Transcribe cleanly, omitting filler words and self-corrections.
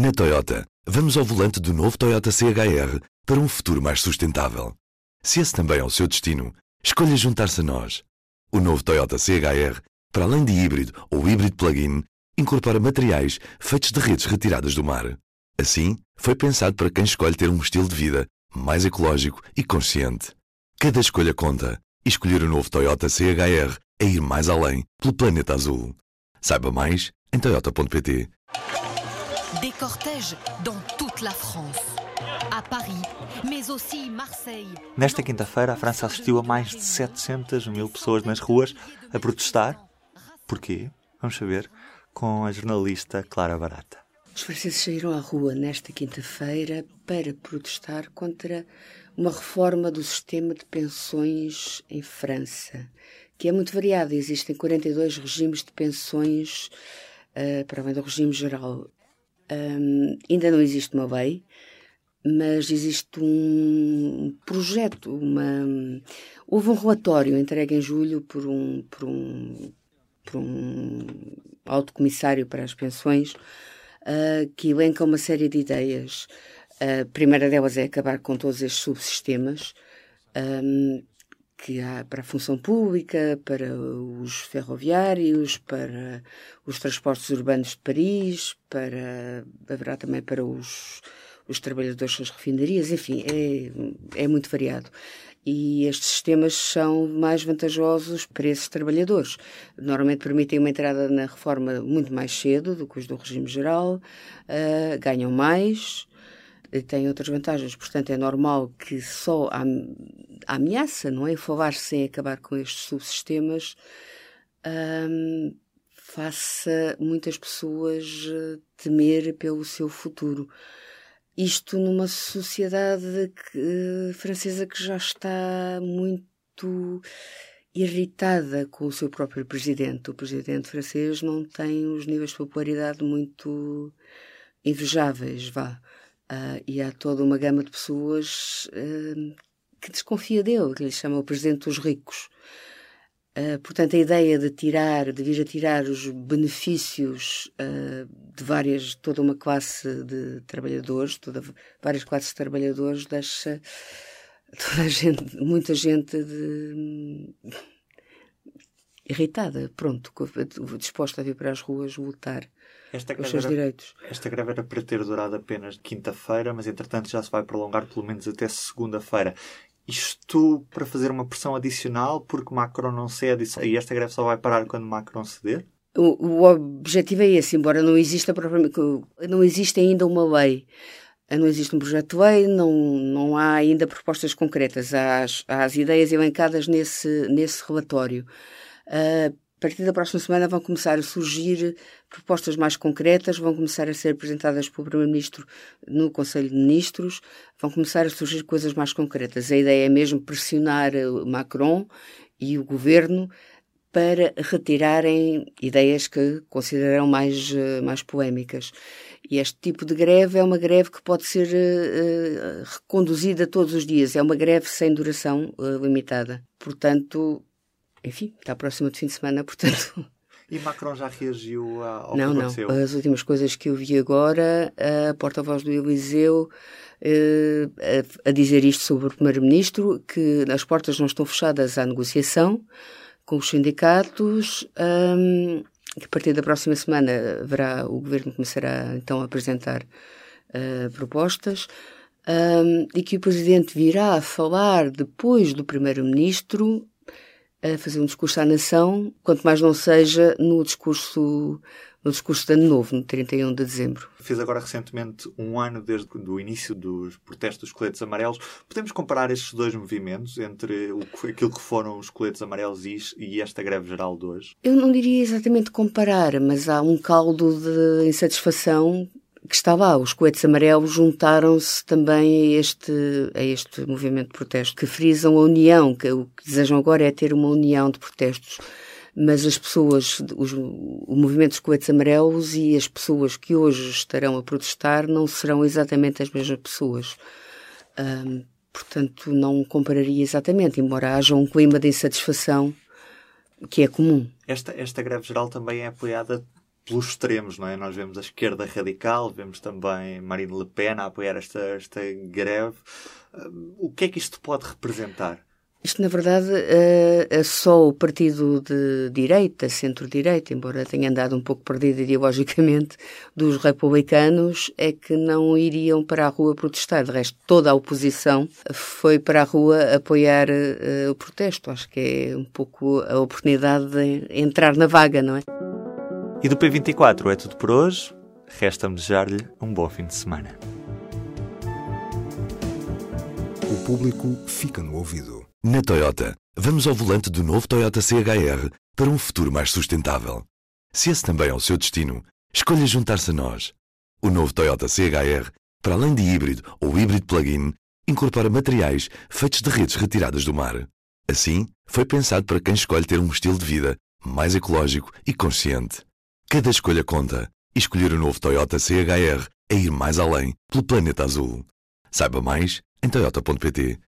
Na Toyota, vamos ao volante do novo Toyota CHR para um futuro mais sustentável. Se esse também é o seu destino, escolha juntar-se a nós. O novo Toyota CHR, para além de híbrido ou híbrido plug-in, incorpora materiais feitos de redes retiradas do mar. Assim, foi pensado para quem escolhe ter um estilo de vida mais ecológico e consciente. Cada escolha conta, e escolher o novo Toyota CHR é ir mais além pelo planeta azul. Saiba mais em toyota.pt. Des cortèges dans toute la France. À Paris, mais aussi Marseille. Nesta quinta-feira, a França assistiu a mais de 700 mil pessoas nas ruas a protestar. Porquê? Vamos saber com a jornalista Clara Barata. Os franceses saíram à rua nesta quinta-feira para protestar contra uma reforma do sistema de pensões em França, que é muito variado. Existem 42 regimes de pensões, para além do regime geral. Ainda não existe uma lei, mas existe um projeto, houve um relatório entregue em julho por um alto comissário para as pensões, que elenca uma série de ideias. A primeira delas é acabar com todos estes subsistemas que há para a função pública, para os ferroviários, para os transportes urbanos de Paris, haverá também para os trabalhadores das refinarias, enfim, é muito variado. E estes sistemas são mais vantajosos para esses trabalhadores. Normalmente permitem uma entrada na reforma muito mais cedo do que os do regime geral, ganham mais e têm outras vantagens. Portanto, é normal que só a ameaça, não é? Falar-se em acabar com estes subsistemas faça muitas pessoas temer pelo seu futuro. Isto numa sociedade francesa que já está muito irritada com o seu próprio presidente. O presidente francês não tem os níveis de popularidade muito invejáveis, e há toda uma gama de pessoas que desconfia dele, que lhe chama o presidente dos ricos. Portanto, a ideia de vir a tirar os benefícios de toda uma classe de trabalhadores, várias classes de trabalhadores, deixa muita gente irritada, disposta a vir para as ruas lutar pelos seus direitos. Esta greve era para ter durado apenas quinta-feira, mas entretanto já se vai prolongar pelo menos até segunda-feira. Isto para fazer uma pressão adicional, porque Macron não cede e esta greve só vai parar quando Macron ceder? O objetivo é esse, embora não exista ainda uma lei. Não existe um projeto de lei, não há ainda propostas concretas. Há as ideias elencadas nesse relatório. A partir da próxima semana vão começar a surgir propostas mais concretas, vão começar a ser apresentadas pelo Primeiro-Ministro no Conselho de Ministros, vão começar a surgir coisas mais concretas. A ideia é mesmo pressionar Macron e o Governo para retirarem ideias que consideram mais polémicas. E este tipo de greve é uma greve que pode ser reconduzida todos os dias. É uma greve sem duração limitada. Portanto, enfim, está próximo de fim de semana, portanto... E Macron já reagiu ao que aconteceu? Não. As últimas coisas que eu vi agora, a porta-voz do Eliseu a dizer isto sobre o Primeiro-Ministro, que as portas não estão fechadas à negociação com os sindicatos, que a partir da próxima semana o Governo começará então a apresentar propostas, e que o Presidente virá a falar depois do Primeiro-Ministro, a fazer um discurso à nação, quanto mais não seja no discurso de Ano Novo, no 31 de dezembro. Fez agora recentemente um ano desde o início dos protestos dos coletes amarelos. Podemos comparar estes dois movimentos, entre aquilo que foram os coletes amarelos e esta greve geral de hoje? Eu não diria exatamente comparar, mas há um caldo de insatisfação que está lá. Os coletes amarelos juntaram-se também a este movimento de protesto, que frisam a união, que o que desejam agora é ter uma união de protestos. Mas as pessoas, o movimento dos coletes amarelos e as pessoas que hoje estarão a protestar não serão exatamente as mesmas pessoas. Portanto, não compararia exatamente, embora haja um clima de insatisfação que é comum. Esta greve geral também é apoiada pelos extremos, não é? Nós vemos a esquerda radical, vemos também Marine Le Pen a apoiar esta greve. O que é que isto pode representar? Isto, na verdade, é só o partido de direita, centro-direita, embora tenha andado um pouco perdido ideologicamente, dos republicanos, é que não iriam para a rua protestar. De resto, toda a oposição foi para a rua apoiar o protesto. Acho que é um pouco a oportunidade de entrar na vaga, não é? E do P24 é tudo por hoje. Resta-me desejar-lhe um bom fim de semana. O público fica no ouvido. Na Toyota, vamos ao volante do novo Toyota CHR para um futuro mais sustentável. Se esse também é o seu destino, escolha juntar-se a nós. O novo Toyota CHR, para além de híbrido ou híbrido plug-in, incorpora materiais feitos de redes retiradas do mar. Assim, foi pensado para quem escolhe ter um estilo de vida mais ecológico e consciente. Cada escolha conta, e escolher o novo Toyota CHR é ir mais além pelo planeta azul. Saiba mais em toyota.pt.